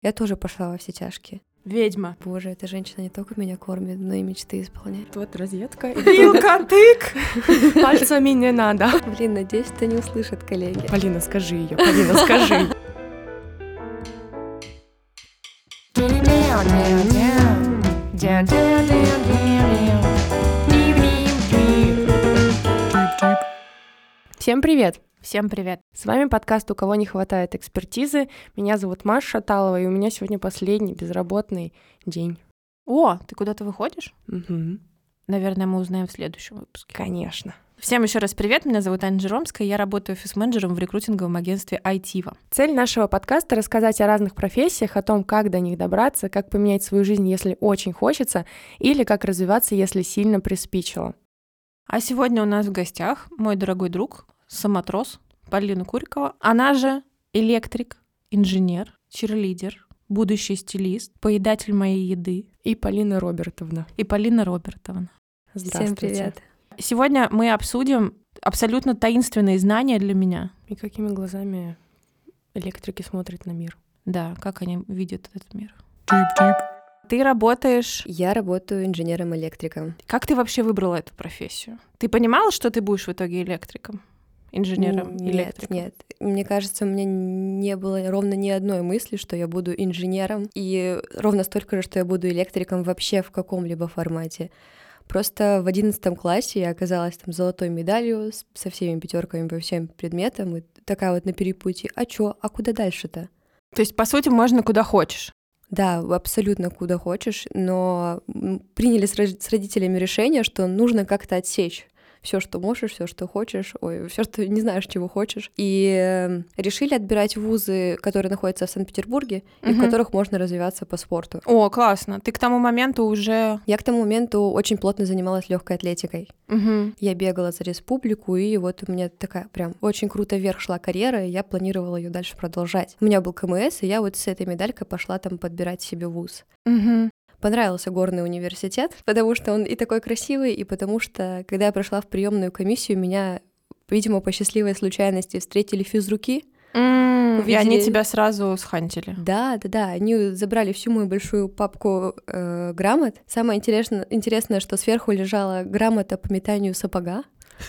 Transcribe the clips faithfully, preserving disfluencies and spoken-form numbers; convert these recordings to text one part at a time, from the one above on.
Я тоже пошла во все тяжкие. Ведьма. Боже, эта женщина не только меня кормит, но и мечты исполняет. Вот розетка. Вилка, тык! Пальцами не надо. Блин, надеюсь, это не услышат коллеги. Полина, скажи ее. Полина, скажи. Всем привет! Всем привет. С вами подкаст «У кого не хватает экспертизы». Меня зовут Маша Шаталова, и у меня сегодня последний безработный день. О, ты куда-то выходишь? Угу. Наверное, мы узнаем в следующем выпуске. Конечно. Всем еще раз привет, меня зовут Аня Жеромская, я работаю офис-менеджером в рекрутинговом агентстве Айтива. Цель нашего подкаста — рассказать о разных профессиях, о том, как до них добраться, как поменять свою жизнь, если очень хочется, или как развиваться, если сильно приспичило. А сегодня у нас в гостях мой дорогой друг, самотрос Полина Курикова. Она же электрик, инженер, чирлидер, будущий стилист, поедатель моей еды. И Полина Робертовна. И Полина Робертовна. Всем привет. Сегодня мы обсудим абсолютно таинственные знания для меня. И какими глазами электрики смотрят на мир. Да, как они видят этот мир. Тип-тип. Ты работаешь... Я работаю инженером-электриком. Как ты вообще выбрала эту профессию? Ты понимала, что ты будешь в итоге электриком? Инженером, нет, электриком? Нет, мне кажется, у меня не было ровно ни одной мысли, что я буду инженером, и ровно столько же, что я буду электриком вообще в каком-либо формате. Просто в одиннадцатом классе я оказалась там с золотой медалью, со всеми пятерками по всем предметам, и такая вот на перепутье. А чё? А куда дальше-то? То есть, по сути, можно куда хочешь? Да, абсолютно куда хочешь, но приняли с родителями решение, что нужно как-то отсечь все, что можешь, все, что хочешь, ой, все, что не знаешь, чего хочешь. И решили отбирать вузы, которые находятся в Санкт-Петербурге, и угу. в которых можно развиваться по спорту. О, классно. Ты к тому моменту уже... Я к тому моменту очень плотно занималась легкой атлетикой. Угу. Я бегала за республику, и вот у меня такая прям очень круто вверх шла карьера, и я планировала ее дальше продолжать. У меня был ка эм эс, и я вот с этой медалькой пошла там подбирать себе вуз. Угу. Понравился горный университет, потому что он и такой красивый, и потому что, когда я прошла в приемную комиссию, меня, видимо, по счастливой случайности встретили физруки. Mm, увидели... И они тебя сразу схантили. Да, да, да. Они забрали всю мою большую папку э, грамот. Самое интересное, интересное, что сверху лежала грамота по метанию сапога.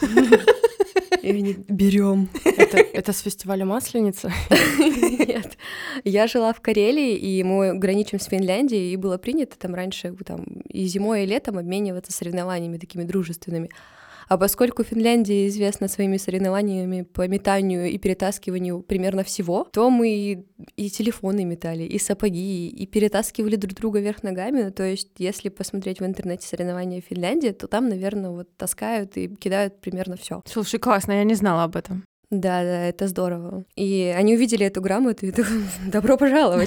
И они берем. Это, это с фестиваля Масленица? Нет. Я жила в Карелии, и мы граничим с Финляндией, и было принято там раньше там, и зимой, и летом обмениваться соревнованиями такими дружественными. А поскольку Финляндия известна своими соревнованиями по метанию и перетаскиванию примерно всего, то мы и, и телефоны метали, и сапоги, и перетаскивали друг друга вверх ногами. То есть, если посмотреть в интернете соревнования Финляндии, то там, наверное, вот таскают и кидают примерно все. Слушай, классно, я не знала об этом. Да, да, это здорово. И они увидели эту грамоту и добро пожаловать.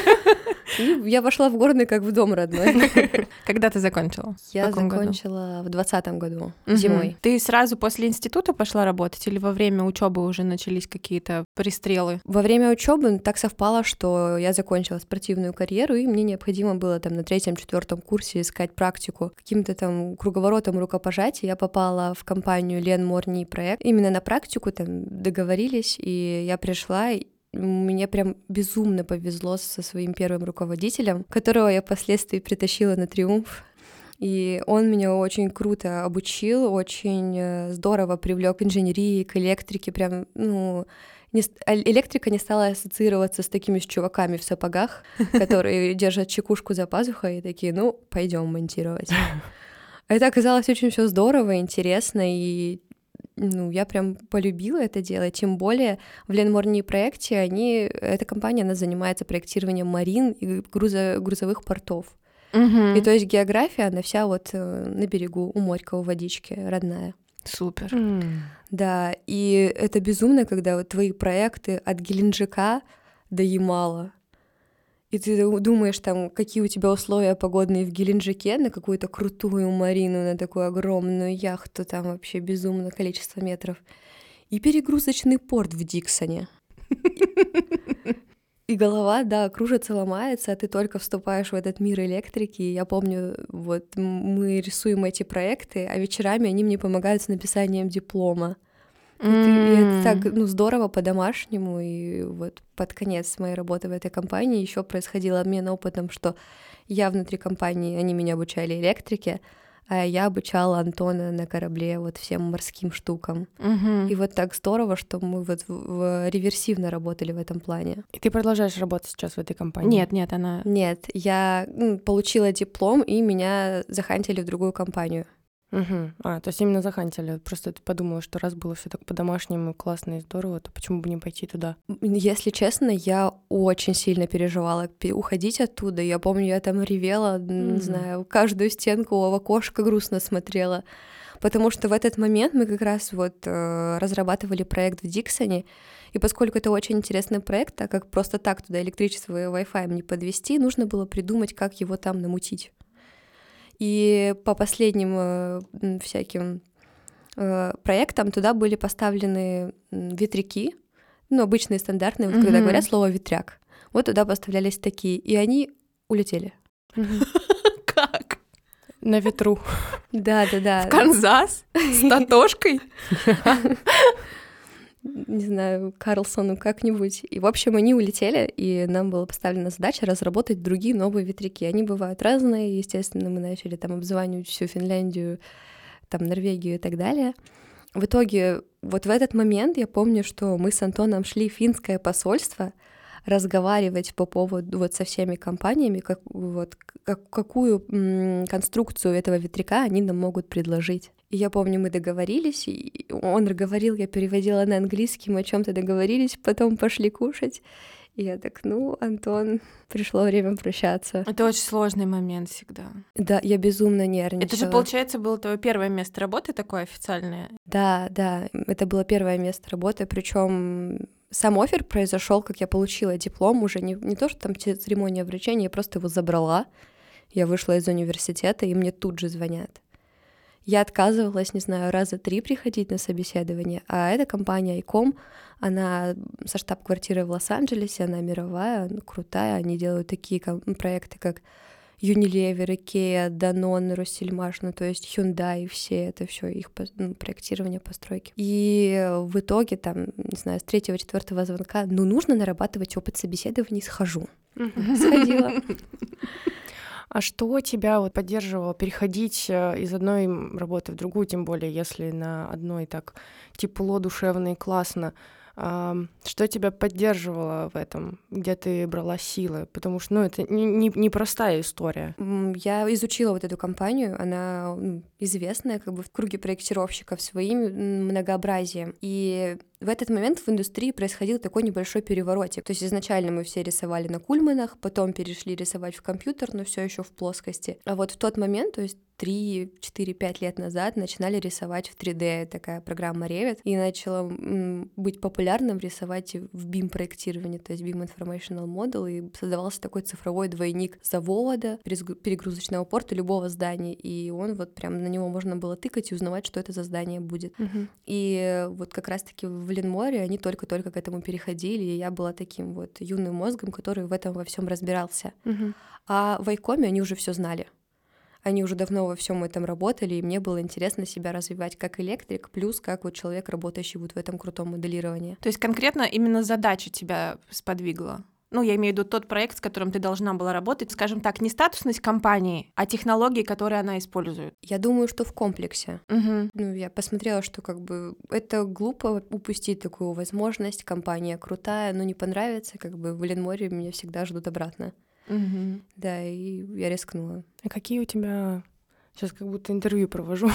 И я вошла в горный как в дом родной. Когда ты закончила? Я в закончила году? в двадцатом году, угу. зимой. Ты сразу после института пошла работать или во время учебы уже начались какие-то пристрелы? Во время учебы так совпало, что я закончила спортивную карьеру, и мне необходимо было там на третьем-четвертом курсе искать практику. Каким-то там круговоротом рукопожатия я попала в компанию Лен Морни проект. Именно на практику там договорились, и я пришла, и мне прям безумно повезло со своим первым руководителем, которого я впоследствии притащила на Триумф. И он меня очень круто обучил, очень здорово привлек к инженерии, к электрике. Прям, ну, не, электрика не стала ассоциироваться с такими с чуваками в сапогах, которые держат чекушку за пазухой и такие, ну, пойдем монтировать. Это оказалось очень все здорово, интересно, и ну, я прям полюбила это дело, тем более в Лен Морни проекте они, эта компания, она занимается проектированием марин и грузо, грузовых портов. Угу. И то есть география, она вся вот на берегу, у морька, у водички, родная. Супер. Mm. Да, и это безумно, когда вот твои проекты от Геленджика до Ямала, и ты думаешь, там, какие у тебя условия погодные в Геленджике на какую-то крутую марину, на такую огромную яхту, там вообще безумное количество метров. И перегрузочный порт в Диксоне. И голова, да, кружится, ломается, а ты только вступаешь в этот мир электрики. И я помню, вот мы рисуем эти проекты, а вечерами они мне помогают с написанием диплома. И, ты, и это так, ну, здорово по-домашнему, и вот под конец моей работы в этой компании еще происходил обмен опытом, что я внутри компании, они меня обучали электрике, а я обучала Антона на корабле вот всем морским штукам. Угу. И вот так здорово, что мы вот в, в реверсивно работали в этом плане. И ты продолжаешь работать сейчас в этой компании? Нет, нет, она... Нет, я ну, получила диплом, и меня захантили в другую компанию. Угу. А, то есть именно захантили. Просто ты подумала, что раз было все так по-домашнему классно и здорово, то почему бы не пойти туда? Если честно, я очень сильно переживала уходить оттуда. Я помню, я там ревела, mm. не знаю, каждую стенку в окошко грустно смотрела. Потому что в этот момент мы как раз вот э, разрабатывали проект в Диксоне, и поскольку это очень интересный проект, так как просто так туда электричество и Wi-Fi не подвести, нужно было придумать, как его там намутить. И по последним э, всяким э, проектам туда были поставлены ветряки, ну, обычные, стандартные, вот, mm-hmm. когда говорят слово «ветряк», вот туда поставлялись такие, и они улетели. Как? На ветру. Да-да-да. В Канзас? С Татошкой? Не знаю, Карлсону как-нибудь. И, в общем, они улетели, и нам была поставлена задача разработать другие новые ветряки. Они бывают разные, естественно, мы начали там обзванивать всю Финляндию, там, Норвегию и так далее. В итоге, вот в этот момент я помню, что мы с Антоном шли в финское посольство разговаривать по поводу вот со всеми компаниями, как, вот, как, какую м, конструкцию этого ветряка они нам могут предложить. И я помню, мы договорились, и он говорил, я переводила на английский, мы о чем-то договорились, потом пошли кушать. И я так, ну, Антон, пришло время прощаться. Это очень сложный момент всегда. Да, я безумно нервничала. Это же, получается, было твое первое место работы такое официальное? Да, да, это было первое место работы, причем сам оффер произошел, как я получила диплом, уже не, не то, что там церемония вручения, я просто его забрала. Я вышла из университета, и мне тут же звонят. Я отказывалась, не знаю, раза три приходить на собеседование, а эта компания Айком, она со штаб-квартирой в Лос-Анджелесе, она мировая, ну, крутая, они делают такие проекты, как Unilever, Ikea, Danone, Россельмаш, ну, то есть Hyundai, все это все их ну, проектирование, постройки. И в итоге, там, не знаю, с третьего-четвертого звонка, ну, нужно нарабатывать опыт собеседований, схожу. Сходила. А что тебя вот поддерживало переходить из одной работы в другую, тем более, если на одной так тепло, душевно и классно? Что тебя поддерживало в этом? Где ты брала силы? Потому что, ну, это не, не, не простая история. Я изучила вот эту компанию, она ну, известная как бы в круге проектировщиков своим многообразием. И в этот момент в индустрии происходил такой небольшой переворотик. То есть изначально мы все рисовали на кульманах, потом перешли рисовать в компьютер, но все еще в плоскости. А вот в тот момент, то есть три, четыре, пять лет назад начинали рисовать в три дэ, такая программа Revit, и начала м, быть популярным рисовать в бим-проектировании, то есть Beam Informational Model, и создавался такой цифровой двойник завода, перегрузочного порта любого здания, и он вот прям на него можно было тыкать и узнавать, что это за здание будет. Uh-huh. И вот как раз-таки в Ленморе они только-только к этому переходили, и я была таким вот юным мозгом, который в этом во всем разбирался. Uh-huh. А в Айкоме они уже все знали. Они уже давно во всем этом работали, и мне было интересно себя развивать как электрик, плюс как вот человек, работающий вот в этом крутом моделировании. То есть конкретно именно задача тебя сподвигла? Ну, я имею в виду тот проект, с которым ты должна была работать, скажем так, не статусность компании, а технологии, которые она использует. Я думаю, что в комплексе. Угу. Ну, я посмотрела, что как бы это глупо упустить такую возможность, компания крутая, но не понравится, как бы в Ленморе меня всегда ждут обратно. Угу. Да, и я рискнула. А какие у тебя... Сейчас как будто интервью провожу.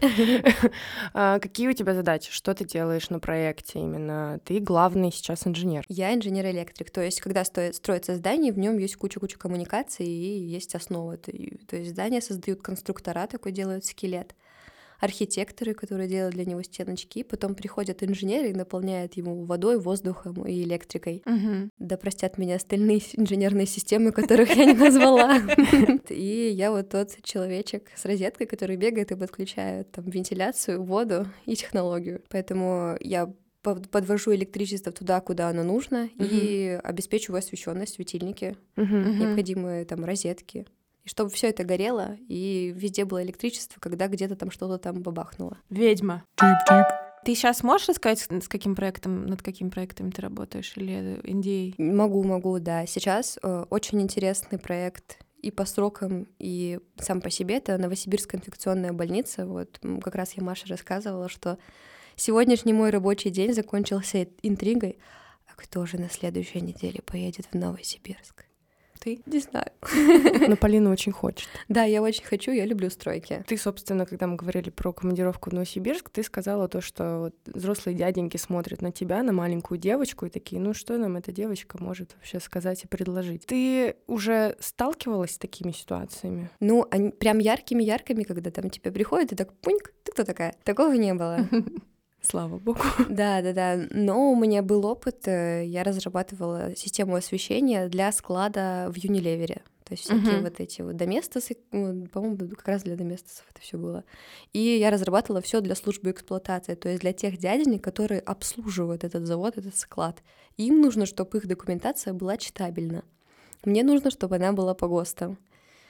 Какие у тебя задачи? Что ты делаешь на проекте именно? Ты главный сейчас инженер. Я инженер-электрик. То есть, когда строится здание, в нем есть куча-куча коммуникаций и есть основа. То есть, здание создают конструктора, такой делают скелет. Архитекторы, которые делают для него стеночки, потом приходят инженеры и наполняют ему водой, воздухом и электрикой. Uh-huh. Да простят меня остальные инженерные системы, которых я не назвала. И я вот тот человечек с розеткой, который бегает и подключает там вентиляцию, воду и технологию. Поэтому я подвожу электричество туда, куда оно нужно, и обеспечиваю освещенность, светильники, необходимые там розетки. И чтобы все это горело, и везде было электричество, когда где-то там что-то там бабахнуло. Ведьма. Ты сейчас можешь рассказать, с каким проектом, над каким проектом ты работаешь, или эн ди эй? Могу, могу, да. Сейчас э, очень интересный проект и по срокам, и сам по себе. Это Новосибирская инфекционная больница. Вот как раз я Маше рассказывала, что сегодняшний мой рабочий день закончился интригой. А кто же на следующей неделе поедет в Новосибирск? Ты? Не знаю. Но Полина очень хочет. Да, я очень хочу, я люблю стройки. Ты, собственно, когда мы говорили про командировку в Новосибирск, ты сказала то, что вот взрослые дяденьки смотрят на тебя, на маленькую девочку, и такие, ну что нам эта девочка может вообще сказать и предложить? Ты уже сталкивалась с такими ситуациями? Ну, они прям яркими-яркими, когда там тебе приходят, и так, пуньк, ты кто такая? Такого не было. Слава богу. Да, да, да. Но у меня был опыт. Я разрабатывала систему освещения для склада в Unilever. То есть всякие uh-huh. вот эти вот доместосы, по-моему, как раз для доместосов это все было. И я разрабатывала все для службы эксплуатации, то есть для тех дяденек, которые обслуживают этот завод, этот склад. Им нужно, чтобы их документация была читабельна. Мне нужно, чтобы она была по ГОСТам.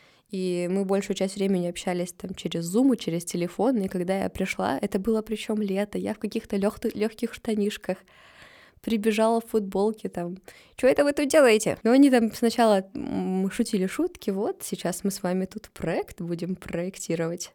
И мы большую часть времени общались там через Zoom, через телефон. И когда я пришла, это было причем лето, я в каких-то легких штанишках прибежала в футболке там. Что это вы тут делаете? Ну, они там сначала шутили шутки, вот, сейчас мы с вами тут проект будем проектировать.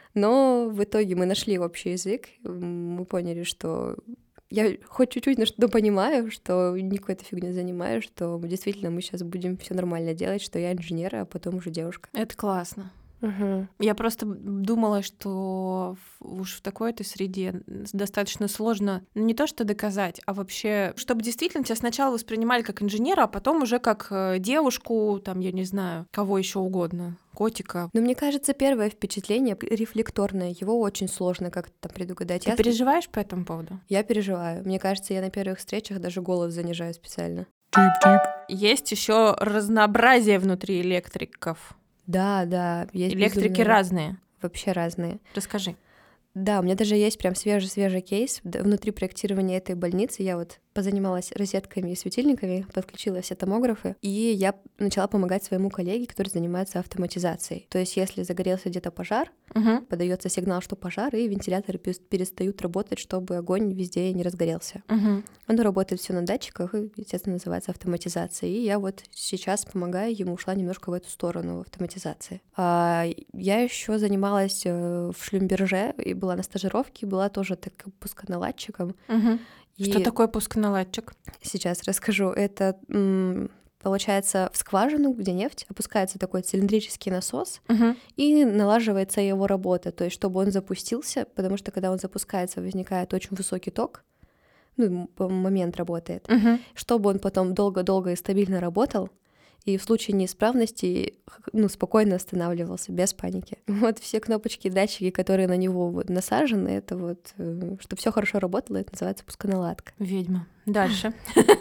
Но в итоге мы нашли общий язык, мы поняли, что я хоть чуть-чуть, но что понимаю, что не какой-то фигней занимаюсь, что действительно мы сейчас будем все нормально делать, что я инженер, а потом уже девушка. Это классно. Угу. Я просто думала, что уж в такой-то среде достаточно сложно не то что доказать, а вообще, чтобы действительно тебя сначала воспринимали как инженера, а потом уже как девушку, там, я не знаю, кого еще угодно, котика. Но мне кажется, первое впечатление рефлекторное, его очень сложно как-то там предугадать. Ты я переживаешь по этому поводу? Я переживаю. Мне кажется, я на первых встречах даже голос занижаю специально. Тип-тип. Есть еще разнообразие внутри электриков. Да, да. Есть электрики безумные... разные. Вообще разные. Расскажи. Да, у меня даже есть прям свежий-свежий кейс внутри проектирования этой больницы. Я вот позанималась розетками и светильниками, подключила все томографы, и я начала помогать своему коллеге, который занимается автоматизацией. То есть если загорелся где-то пожар, uh-huh. подается сигнал, что пожар, и вентиляторы перестают работать, чтобы огонь везде не разгорелся. Uh-huh. Он работает все на датчиках, и, естественно, называется автоматизация. И я вот сейчас помогаю ему, ушла немножко в эту сторону автоматизации. А я еще занималась в Шлюмберже и была на стажировке, была тоже так пусконаладчиком. Uh-huh. И что такое пусконаладчик? Сейчас расскажу. Это, получается, в скважину, где нефть, опускается такой цилиндрический насос, uh-huh. и налаживается его работа. То есть, чтобы он запустился, потому что, когда он запускается, возникает очень высокий ток, ну, момент работает, uh-huh. чтобы он потом долго-долго и стабильно работал, и в случае неисправности, ну, спокойно останавливался, без паники. Вот все кнопочки, датчики, которые на него вот насажены, это вот, чтобы все хорошо работало, это называется пусконаладка. Ведьма. Дальше.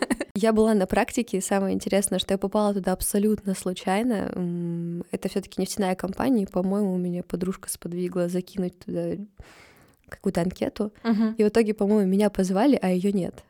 Я была на практике, и самое интересное, что я попала туда абсолютно случайно. Это все-таки нефтяная компания, и, по-моему, меня подружка сподвигла закинуть туда какую-то анкету. Uh-huh. И в итоге, по-моему, меня позвали, а ее нет.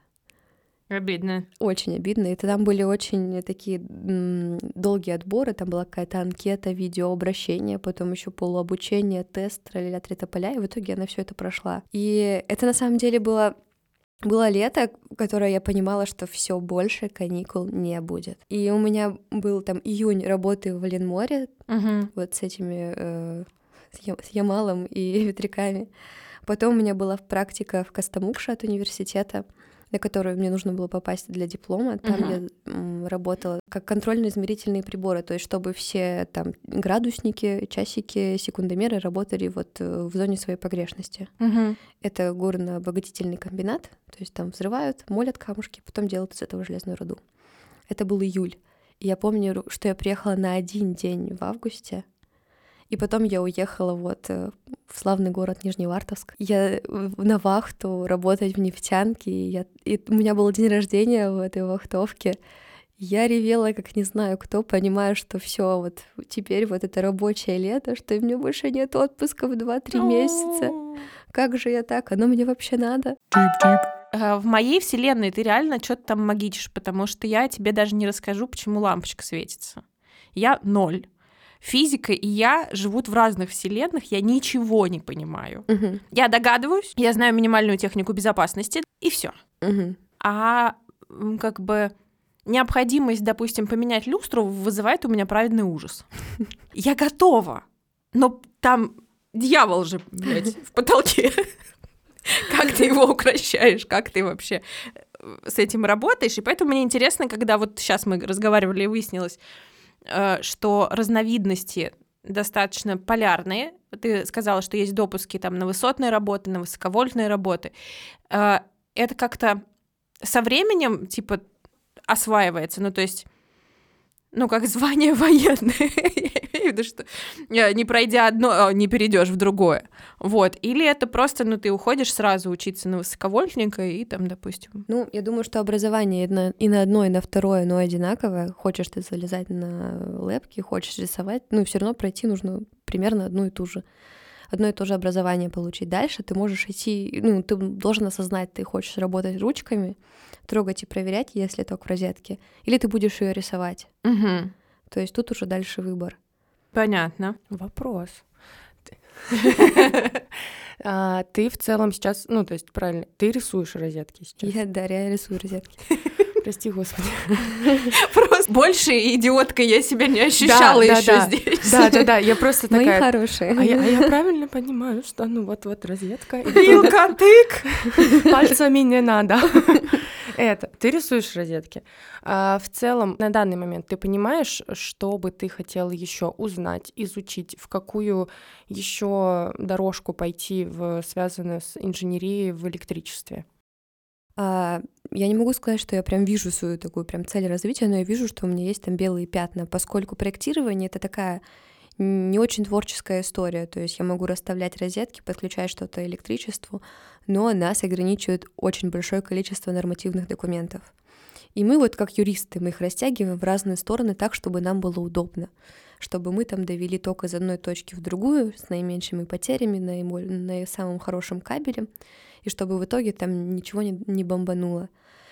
Обидно. Очень обидно. И там были очень такие м, долгие отборы, там была какая-то анкета, видеообращение, потом еще полуобучение, тест, тра-ля-ля, три-тополя, и в итоге она все это прошла. И это на самом деле было... Было лето, которое я понимала, что все больше каникул не будет. И у меня был там июнь работы в Ленморе, uh-huh. вот с этими, э, с Ямалом и ветряками. Потом у меня была практика в Костомукше от университета, на которую мне нужно было попасть для диплома. Там uh-huh. я м, работала как контрольно-измерительные приборы, то есть чтобы все там градусники, часики, секундомеры работали вот в зоне своей погрешности. Uh-huh. Это горно-обогатительный комбинат, то есть там взрывают, молят камушки, потом делают из этого железную руду. Это был июль. И я помню, что я приехала на один день в августе, и потом я уехала вот в славный город Нижневартовск. Я на вахту работать в нефтянке. И я... и у меня был день рождения в этой вахтовке. Я ревела, как не знаю кто, понимая, что все вот теперь вот это рабочее лето, что у меня больше нет отпуска в два-три месяца. Как же я так? Оно мне вообще надо? В моей вселенной ты реально что-то там магичишь, потому что я тебе даже не расскажу, почему лампочка светится. Я ноль. физика и я живут в разных вселенных, я ничего не понимаю. Мгм. Я догадываюсь, я знаю минимальную технику безопасности, и все. Мгм. А м, как бы необходимость, допустим, поменять люстру вызывает у меня праведный ужас. Я готова, но там дьявол же, блядь, в потолке. Как ты его укращаешь, как ты вообще с этим работаешь? И поэтому мне интересно, когда вот сейчас мы разговаривали и выяснилось, э, что разновидности достаточно полярные. Ты сказала, что есть допуски там на высотные работы, на высоковольтные работы. Э, Это как-то со временем, типа, осваивается, ну, то есть, ну, как звание военное. Я имею в виду, что э, не пройдя одно, э, не перейдешь в другое. Вот. Или это просто, ну, ты уходишь сразу учиться на высоковольтника и там, допустим... Ну, я думаю, что образование и на, и на одно, и на второе, но одинаковое. Хочешь ты залезать на лэпки, хочешь рисовать, ну, все равно пройти нужно примерно одну и ту же. Одно и то же образование получить. Дальше ты можешь идти, ну, ты должен осознать, ты хочешь работать ручками, трогать и проверять, если ток в розетке, или ты будешь ее рисовать. Угу. То есть тут уже дальше выбор. Понятно. Вопрос. А, Ты в целом сейчас, ну, то есть, правильно, ты рисуешь розетки сейчас? Я, да, я рисую розетки. Прости, господи. Просто больше идиоткой я себя не ощущала Да, да, еще да. здесь. Да, да, да, я просто Мои такая... хорошие. А я, а я правильно понимаю, что ну вот-вот розетка. и Вилка, тык. Пальцами не надо. Это, ты рисуешь розетки. А в целом, на данный момент ты понимаешь, что бы ты хотела еще узнать, изучить, в какую еще дорожку пойти, в, связанную с инженерией в электричестве? А, я не могу сказать, что я прям вижу свою такую прям цель развития, но я вижу, что у меня есть там белые пятна, поскольку проектирование — это такая не очень творческая история, то есть я могу расставлять розетки, подключать что-то к электричеству, но нас ограничивает очень большое количество нормативных документов. И мы вот как юристы, мы их растягиваем в разные стороны так, чтобы нам было удобно, чтобы мы там довели ток из одной точки в другую с наименьшими потерями, наиболь- на самым хорошем кабеле, и чтобы в итоге там ничего не, не бомбануло.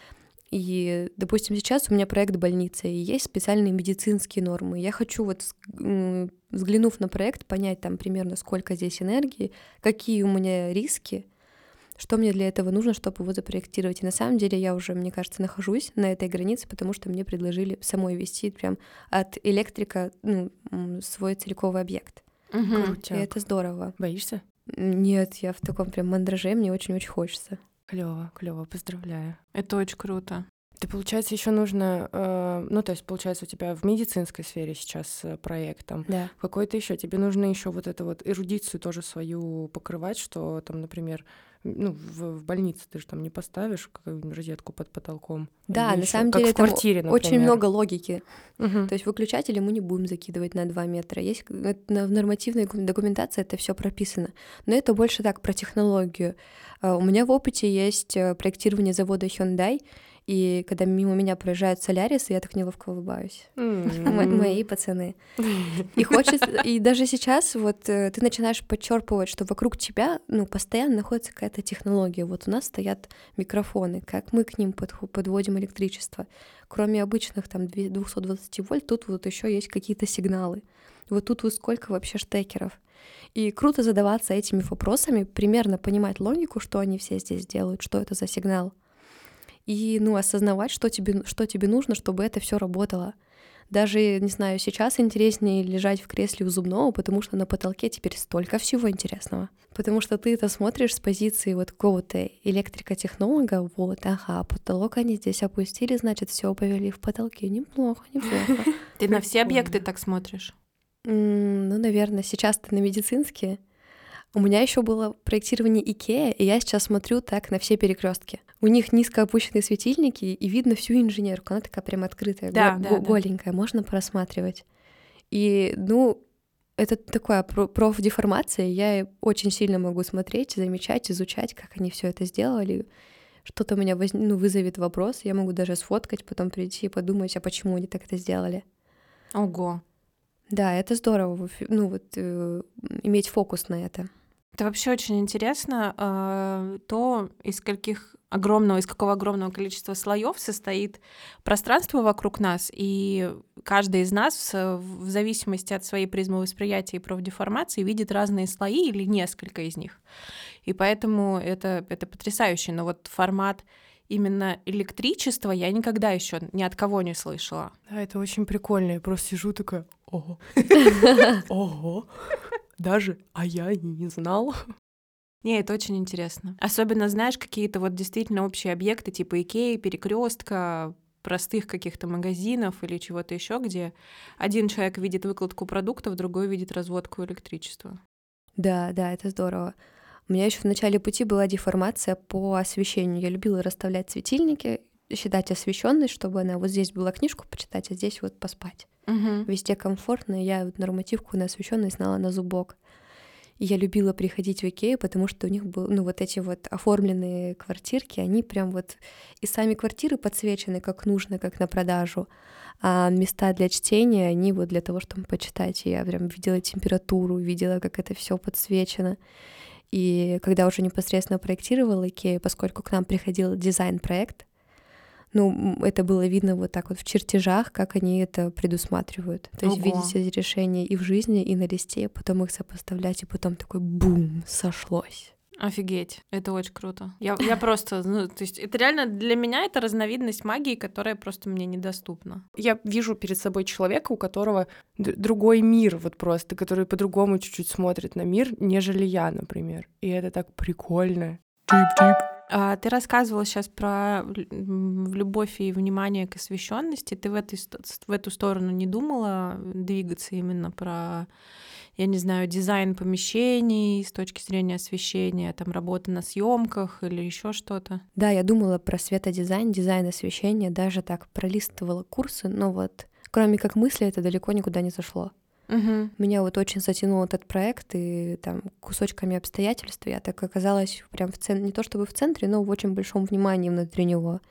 И, допустим, сейчас у меня проект больницы, и есть специальные медицинские нормы. Я хочу вот, м, взглянув на проект, понять там примерно, сколько здесь энергии, какие у меня риски, что мне для этого нужно, чтобы его запроектировать. И на самом деле я уже, мне кажется, нахожусь на этой границе, потому что мне предложили самой вести прям от электрика, ну, м, свой целиковый объект. Мгм. И Крутяк. это здорово. Боишься? Нет, я в таком прям мандраже, мне очень-очень хочется. Клево, клево, поздравляю. Это очень круто. Ты, получается, еще нужно, э, ну, то есть, получается, у тебя в медицинской сфере сейчас э, проект, там, Да. какой-то еще, тебе нужно еще вот эту вот эрудицию тоже свою покрывать, что там, например, ну, в, в больнице ты же там не поставишь какую-нибудь розетку под потолком. Да, или на ещё, самом как деле в там квартире, очень например. много логики. Мгм. То есть выключатели мы не будем закидывать на два метра. Есть это на- в нормативной ку- документации это все прописано. Но это больше так про технологию. А, У меня в опыте есть э, проектирование завода Hyundai, и когда мимо меня проезжают Солярисы, я так неловко улыбаюсь. Мо- М. Мои пацаны. И хочется, и даже сейчас вот э, ты начинаешь подчерпывать, что вокруг тебя, ну, постоянно находится какая-то технология. Вот у нас стоят микрофоны, как мы к ним подху- подводим электричество. Кроме обычных там две- двести двадцать вольт, тут вот еще есть какие-то сигналы. Вот тут вот сколько вообще штекеров. И круто задаваться этими вопросами, примерно понимать логику, что они все здесь делают, что это за сигнал. И, ну, осознавать, что тебе, что тебе нужно, чтобы это все работало. Даже, не знаю, сейчас интереснее лежать в кресле у зубного, потому что на потолке теперь столько всего интересного. Потому что ты это смотришь с позиции вот какого-то электрика-технолога, вот, ага, потолок они здесь опустили, значит, все повели в потолке. Неплохо, неплохо. Ты на все Прикольно. объекты так смотришь? М, Ну, наверное, сейчас-то на медицинские. У меня еще было проектирование Икеа, и я сейчас смотрю так на все перекрестки. У них низко опущенные светильники, и видно всю инженерку. Она такая прям открытая, Да, го- да, го- да. голенькая, можно просматривать. И, ну, это такая про- профдеформация. Я очень сильно могу смотреть, замечать, изучать, как они все это сделали. Что-то у меня воз- ну, вызовет вопрос, я могу даже сфоткать, потом прийти и подумать, а почему они так это сделали. Ого. Да, это здорово, фи- ну вот э, иметь фокус на это. Это вообще очень интересно, э, то, из скольких огромного, из какого огромного количества слоев состоит пространство вокруг нас, и каждый из нас в зависимости от своей призмы восприятия и профдеформации видит разные слои или несколько из них. И поэтому это, это потрясающе. Но вот формат именно электричества я никогда еще ни от кого не слышала. Да, это очень прикольно. Я просто сижу такая, ого, ого, даже, а я не знала. Не, это очень интересно. Особенно, знаешь, какие-то вот действительно общие объекты типа Икеи, Перекрестка, простых каких-то магазинов или чего-то еще, где один человек видит выкладку продуктов, другой видит разводку электричества. Да, да, это здорово. У меня еще в начале пути была деформация по освещению. Я любила расставлять светильники, считать освещенность, чтобы она вот здесь была книжку почитать, а здесь вот поспать. Угу. Везде комфортно. Я вот нормативку на освещенность знала на зубок. И я любила приходить в Икею, потому что у них был, ну, вот эти вот оформленные квартирки, они прям вот... И сами квартиры подсвечены как нужно, как на продажу, а места для чтения, они вот для того, чтобы почитать. И я прям видела температуру, видела, как это все подсвечено. И когда уже непосредственно проектировала Икею, поскольку к нам приходил дизайн-проект, ну, это было видно вот так вот в чертежах, как они это предусматривают. То есть Ого. видеть эти решения и в жизни, и на листе, потом их сопоставлять, и потом такой бум, сошлось. Офигеть, это очень круто. Я, я просто, ну, то есть это реально для меня это разновидность магии, которая просто мне недоступна. Я вижу перед собой человека, у которого д- другой мир вот просто, который по-другому чуть-чуть смотрит на мир, нежели я, например. И это так прикольно. Тип-тип. А, ты рассказывала сейчас про м, любовь и внимание к освещенности. Ты в, этой, ст- в эту сторону не думала двигаться именно про, я не знаю, дизайн помещений с точки зрения освещения, там работа на съемках или еще что-то? Да, я думала про светодизайн, дизайн освещения, даже так пролистывала курсы, но вот кроме как мысли это далеко никуда не зашло. Угу. Меня вот очень затянул этот проект, и там кусочками обстоятельств я так оказалась прям в центре, не то чтобы в центре, но в очень большом внимании внутри него.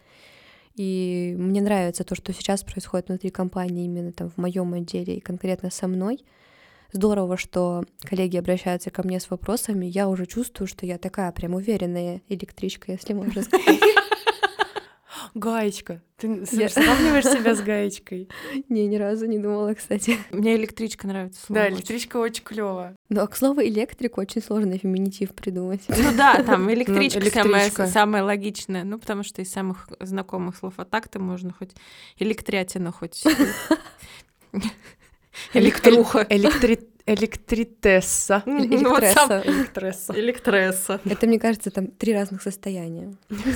И мне нравится то, что сейчас происходит внутри компании, именно там в моем отделе и конкретно со мной. Здорово, что коллеги обращаются ко мне с вопросами. Я уже чувствую, что я такая прям уверенная электричка, если можно сказать. Гаечка. Ты сравниваешь себя с гаечкой? Не, ни разу не думала, кстати. Мне электричка нравится. слово Да, очень. электричка очень клёво. Но к слову, электрик очень сложно феминитив придумать. Ну да, там электричка, Ну, самая, электричка. самая логичная. Ну, потому что из самых знакомых слов а так-то можно хоть электрятина, хоть электруха. Электри... Электритесса. Ну, вот сам- Электресса. Электресса. Это, мне кажется, там три разных состояния.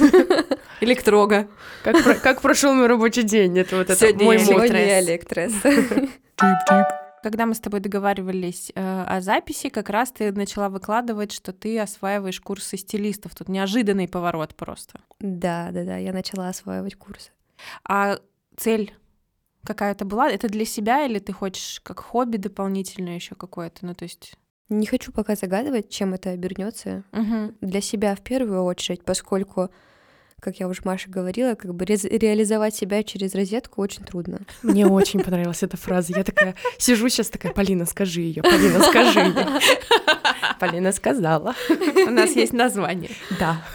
Электрога. Как, про- как прошел мой рабочий день? Это вот это Сегодня мой я мод. Электресса. электресса. Когда мы с тобой договаривались э, о записи, как раз ты начала выкладывать, что ты осваиваешь курсы стилистов. Тут неожиданный поворот просто. Да, да, да, я начала осваивать курсы. А цель какая-то была? Это для себя или ты хочешь как хобби дополнительное еще какое-то? Ну, то есть... Не хочу пока загадывать, чем это обернется. Мгм. Для себя в первую очередь, поскольку, как я уже Маше говорила, как бы рез- реализовать себя через розетку очень трудно. Мне очень понравилась эта фраза. Я такая сижу сейчас такая, Полина, скажи ее, Полина, скажи ее. Полина сказала. У нас есть название. Да.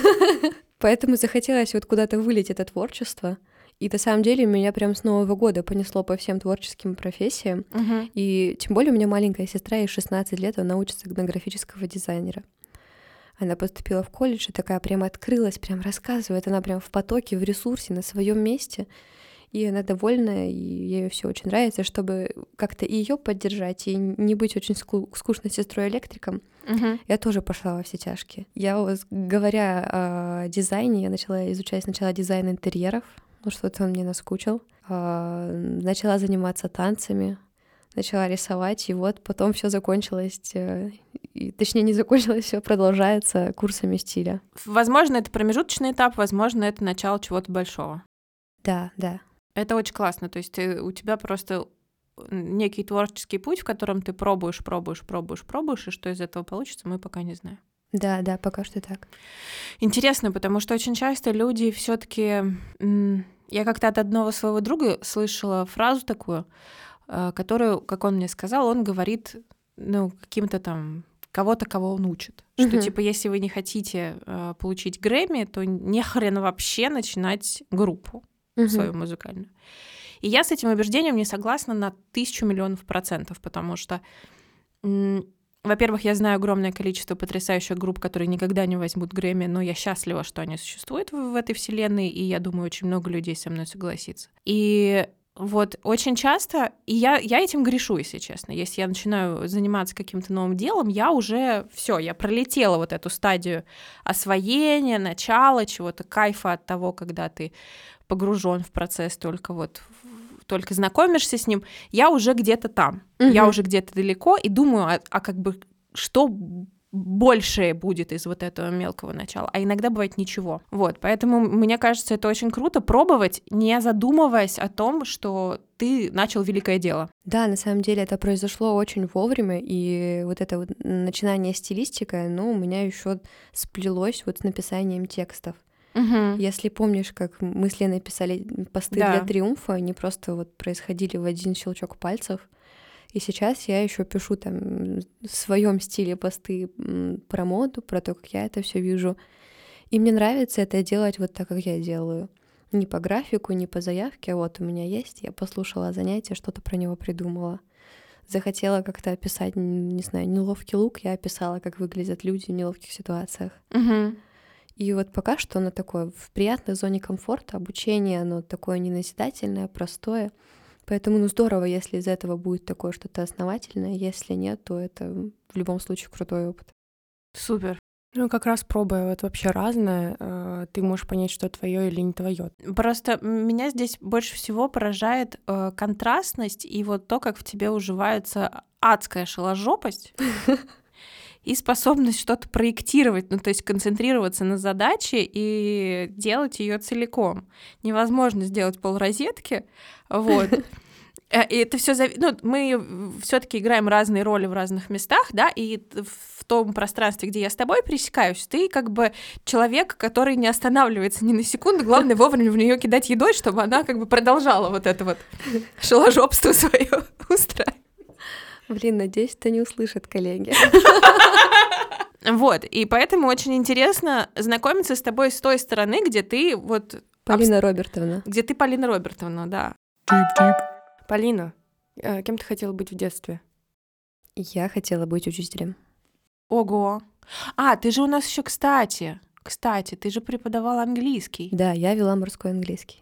Поэтому захотелось вот куда-то вылить это творчество. И на самом деле меня прям с Нового года понесло по всем творческим профессиям. Мгм. И тем более у меня маленькая сестра, ей шестнадцать лет, она учится на графического дизайнера. Она поступила в колледж и такая прям открылась, прям рассказывает, она прям в потоке, в ресурсе, на своем месте. И она довольна, и ей все очень нравится, чтобы как-то ее поддержать и не быть очень ску- скучной сестрой-электриком. Мгм. Я тоже пошла во все тяжкие. Я, вот, говоря о дизайне, я начала изучать сначала дизайн интерьеров, ну что-то он мне наскучил. А, Начала заниматься танцами, начала рисовать, и вот потом все закончилось, э, и, точнее не закончилось, все продолжается курсами стиля. Возможно, это промежуточный этап, возможно, это начало чего-то большого. Да, да. Это очень классно. То есть ты- у тебя просто некий творческий путь, в котором ты пробуешь, пробуешь, пробуешь, пробуешь, и что из этого получится, мы пока не знаем. Да, да, пока что так. Интересно, потому что очень часто люди все-таки... Я как-то от одного своего друга слышала фразу такую, э, которую, как он мне сказал, он говорит ну, каким-то там кого-то, кого он учит. Мгм. Что, типа, если вы не хотите э, получить Грэмми, то не хрен вообще начинать группу Мгм. свою музыкальную. И я с этим убеждением не согласна на тысячу миллионов процентов, потому что, м, во-первых, я знаю огромное количество потрясающих групп, которые никогда не возьмут Грэмми, но я счастлива, что они существуют в, в этой вселенной, и я думаю, очень много людей со мной согласится. И вот очень часто, и я, я этим грешу, если честно. Если я начинаю заниматься каким-то новым делом, я уже все, я пролетела вот эту стадию освоения, начала, чего-то, кайфа от того, когда ты погружен в процесс, только вот в- только знакомишься с ним, я уже где-то там, я Мгм. уже где-то далеко, и думаю, а, а как бы что большее будет из вот этого мелкого начала, а иногда бывает ничего. Вот, поэтому мне кажется, это очень круто пробовать, не задумываясь о том, что ты начал великое дело. Да, на самом деле это произошло очень вовремя, и вот это вот начинание стилистикой, оно у меня еще сплелось вот с написанием текстов. Мгм. Если помнишь, как мы с Леной писали посты Да. для Триумфа, они просто вот происходили в один щелчок пальцев. И сейчас я еще пишу там в своем стиле посты м, про моду, про то, как я это все вижу. И мне нравится это делать вот так, как я делаю. Не по графику, не по заявке, а вот у меня есть, я послушала занятие, что-то про него придумала. Захотела как-то описать, н- не знаю, неловкий лук, я описала, как выглядят люди в неловких ситуациях. Мгм. И вот пока что оно такое в приятной зоне комфорта, обучение, оно такое неназидательное, простое. Поэтому, ну, здорово, если из этого будет такое что-то основательное. Если нет, то это в любом случае крутой опыт. Супер. Ну, как раз пробуя вот вообще разное, э, ты можешь понять, что твое или не твое. Просто меня здесь больше всего поражает э, контрастность и вот то, как в тебе уживается адская шеложопость и способность что-то проектировать, ну то есть концентрироваться на задаче и делать ее целиком. Невозможно сделать полрозетки, вот. Э, И это все, ну, мы все-таки играем разные роли в разных местах, да, и т- в том пространстве, где я с тобой пересекаюсь, ты как бы человек, который не останавливается ни на секунду, главное вовремя в нее кидать едой, чтобы она как бы продолжала вот это вот шеложопство свое устраивать. Блин, надеюсь, это не услышат коллеги. Вот, и поэтому очень интересно знакомиться с тобой с той стороны, где ты вот... Полина Робертовна. Где ты Полина Робертовна, да. Полина, э, кем ты хотела быть в детстве? Я хотела быть учителем. Ого. А, ты же у нас еще, кстати, кстати, ты же преподавала английский. Да, я вела морской английский.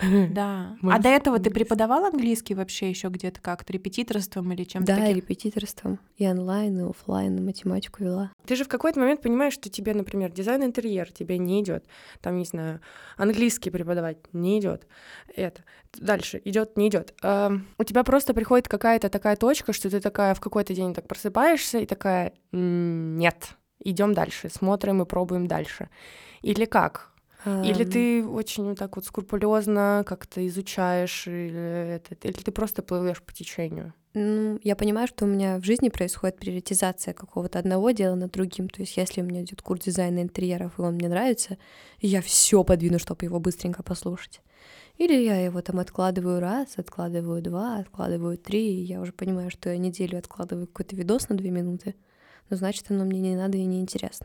Да. А Морской до этого ты английский. преподавал английский вообще еще где-то как-то репетиторством или чем-то Да, таким? репетиторством. И онлайн, и оффлайн, и математику вела. Ты же в какой-то момент понимаешь, что тебе, например, дизайн-интерьер тебе не идет, там, не знаю, английский преподавать не идет, это дальше идет, не идет. У тебя просто приходит какая-то такая точка, что ты такая в какой-то день так просыпаешься и такая: «М, нет, идем дальше, смотрим и пробуем дальше». Или как? Или Ам, ты очень вот так вот скрупулезно как-то изучаешь, или, это, или ты просто плывешь по течению? Ну, я понимаю, что у меня в жизни происходит приоритизация какого-то одного дела над другим. То есть, если у меня идет курс дизайна интерьеров, и он мне нравится, я все подвину, чтобы его быстренько послушать. Или я его там откладываю раз, откладываю два, откладываю три, и я уже понимаю, что я неделю откладываю какой-то видос на две минуты, но значит, оно мне не надо и не интересно.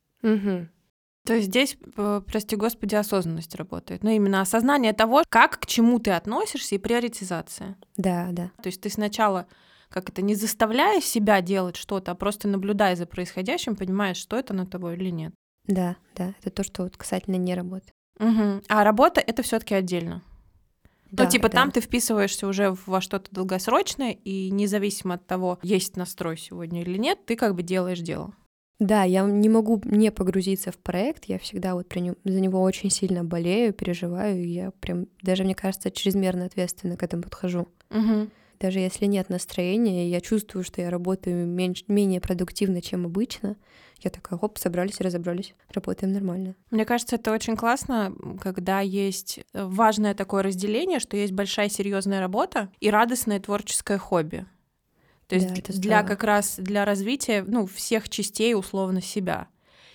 Угу. То есть здесь, э, прости господи, осознанность работает. Ну, именно осознание того, как к чему ты относишься, и приоритизация. Да, да. То есть ты сначала, как это, не заставляя себя делать что-то, а просто наблюдая за происходящим, понимаешь, что это на тобой или нет. Да, да, это то, что вот касательно не работы. Мгм. А работа — это все таки отдельно. Да, Ну, типа да. там ты вписываешься уже во что-то долгосрочное, и независимо от того, есть настрой сегодня или нет, ты как бы делаешь дело. Да, я не могу не погрузиться в проект, я всегда вот при нем, за него очень сильно болею, переживаю, и я прям, даже, мне кажется, чрезмерно ответственно к этому подхожу. Мгм. Даже если нет настроения, и я чувствую, что я работаю меньше, менее продуктивно, чем обычно, я такая, хоп, собрались, разобрались, работаем нормально. Мне кажется, это очень классно, когда есть важное такое разделение, что есть большая серьезная работа и радостное творческое хобби. То есть Да, это для здорово. как раз для развития, ну, всех частей условно себя,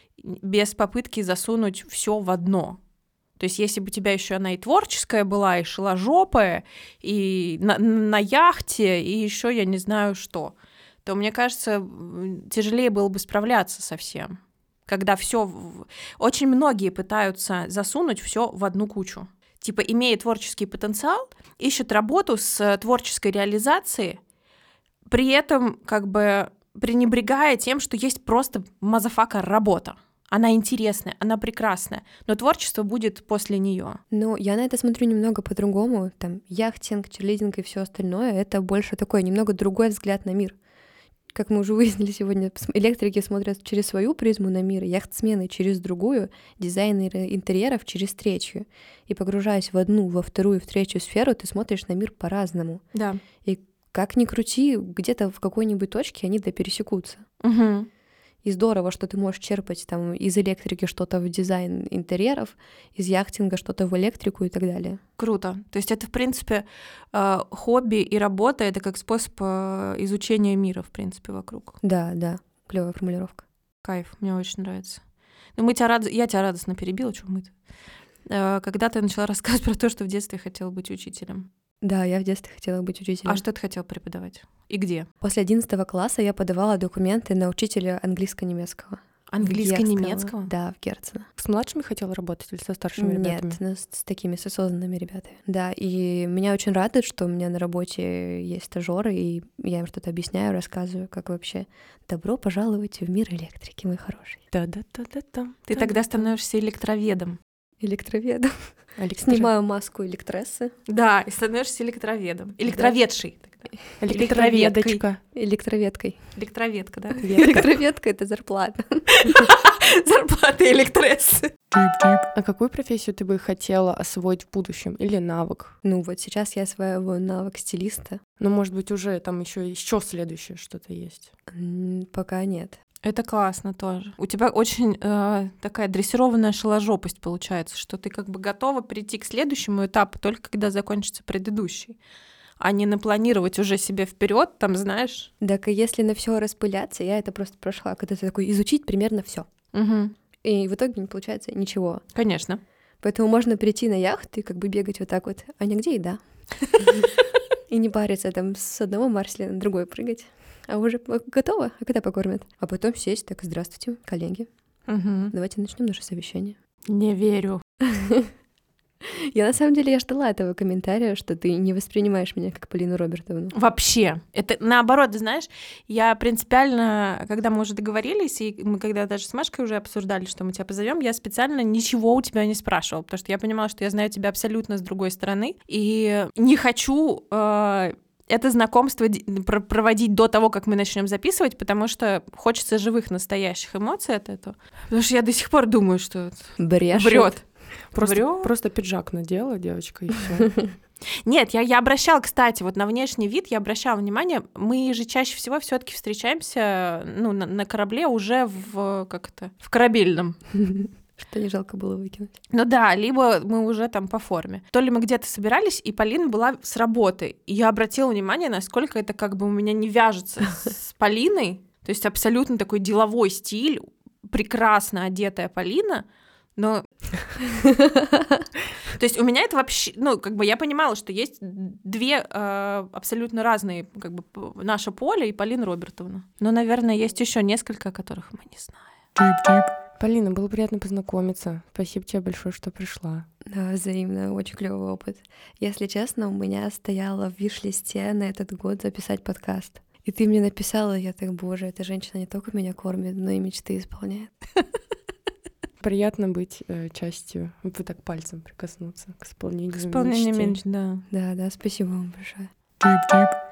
без попытки засунуть все в одно. То есть если бы у тебя еще она и творческая была, и шеложопая, и на, на яхте, и еще я не знаю что, то, мне кажется, тяжелее было бы справляться со всем. Когда все, очень многие пытаются засунуть все в одну кучу. Типа, имея творческий потенциал, ищут работу с творческой реализацией, при этом как бы пренебрегая тем, что есть просто мазафака работа. Она интересная, она прекрасная, но творчество будет после нее. Ну, я на это смотрю немного по-другому. Там яхтинг, черлидинг и все остальное — это больше такой немного другой взгляд на мир. Как мы уже выяснили сегодня, электрики смотрят через свою призму на мир, яхтсмены через другую, дизайнеры интерьеров через третью. И погружаясь в одну, во вторую, в третью сферу, ты смотришь на мир по-разному. Да. И как ни крути, где-то в какой-нибудь точке они да пересекутся. Угу. И здорово, что ты можешь черпать там из электрики что-то в дизайн интерьеров, из яхтинга что-то в электрику и так далее. Круто. То есть это, в принципе, хобби и работа — это как способ изучения мира, в принципе, вокруг. Да, да, клевая формулировка. Кайф, мне очень нравится. Ну, мы тебя рад... Я тебя радостно перебила, что мы-то. Когда ты начала рассказывать про то, что в детстве хотела быть учителем? Да, я в детстве хотела быть учителем. А что ты хотела преподавать? И где? После одиннадцатого класса я подавала документы на учителя английско-немецкого. Английско-немецкого? Да, в Герцена. С младшими хотела работать или со старшими ребятами? Нет, ну, с, с такими, с осознанными ребятами. Да, и меня очень радует, что у меня на работе есть стажёры, и я им что-то объясняю, рассказываю, как вообще добро пожаловать в мир электрики, мой хороший. Да-да-да-да-да. Ты тогда становишься электроведом. Электроведом. Электро... Снимаю маску электрессы. Да, и становишься электроведом. Электроведшей. Электроведочка. Электроведкой. Электроведка, да? Электроведка — это зарплата. Зарплата электрессы. А какую профессию ты бы хотела освоить в будущем? Или навык? Ну вот сейчас я осваиваю навык стилиста. Ну, может быть, уже там еще еще следующее что-то есть. М, Пока нет. Это классно тоже. У тебя очень э, такая дрессированная шаложопость получается, что ты как бы готова прийти к следующему этапу только когда закончится предыдущий, а не напланировать уже себе вперед, там, знаешь. Так и если на все распыляться, я это просто прошла, когда ты такой изучить примерно все. Угу. И в итоге не получается ничего. Конечно. Поэтому можно прийти на яхту и как бы бегать вот так вот, а нигде и да. И не париться там с одного марселя на другой прыгать. А уже готово? А когда покормят? А потом сесть, так, здравствуйте, коллеги. Угу. Давайте начнем наше совещание. Не верю. Я на самом деле я ждала этого комментария, что ты не воспринимаешь меня как Полину Робертовну. Вообще. Это наоборот, ты знаешь, я принципиально, когда мы уже договорились, и мы когда даже с Машкой уже обсуждали, что мы тебя позовем, я специально ничего у тебя не спрашивала, потому что я понимала, что я знаю тебя абсолютно с другой стороны, и не хочу э, это знакомство проводить до того, как мы начнем записывать, потому что хочется живых, настоящих эмоций от этого. Потому что я до сих пор думаю, что Брешет. врет. Просто, Врёт. просто пиджак надела, девочка, и все. Нет, я, я обращала, кстати, вот на внешний вид я обращала внимание, мы же чаще всего все-таки встречаемся, ну, на, на корабле уже в, как это, в корабельном. Что не жалко было выкинуть. Ну да, либо мы уже там по форме. То ли мы где-то собирались, и Полина была с работы. И я обратила внимание, насколько это как бы у меня не вяжется с Полиной. То есть абсолютно такой деловой стиль, прекрасно одетая Полина, но... То есть у меня это вообще... Ну, как бы я понимала, что есть две э, абсолютно разные, как бы, наше поле и Полина Робертовна. Но, наверное, есть еще несколько, о которых мы не знаем. Полина, было приятно познакомиться. Спасибо тебе большое, что пришла. Да, взаимно, очень клевый опыт. Если честно, у меня стояло в виш-листе на этот год записать подкаст. И ты мне написала, я так, боже, эта женщина не только меня кормит, но и мечты исполняет. Приятно быть э, частью, вот так пальцем прикоснуться к исполнению К исполнению мечты. мечты, да. Да, да, спасибо вам большое.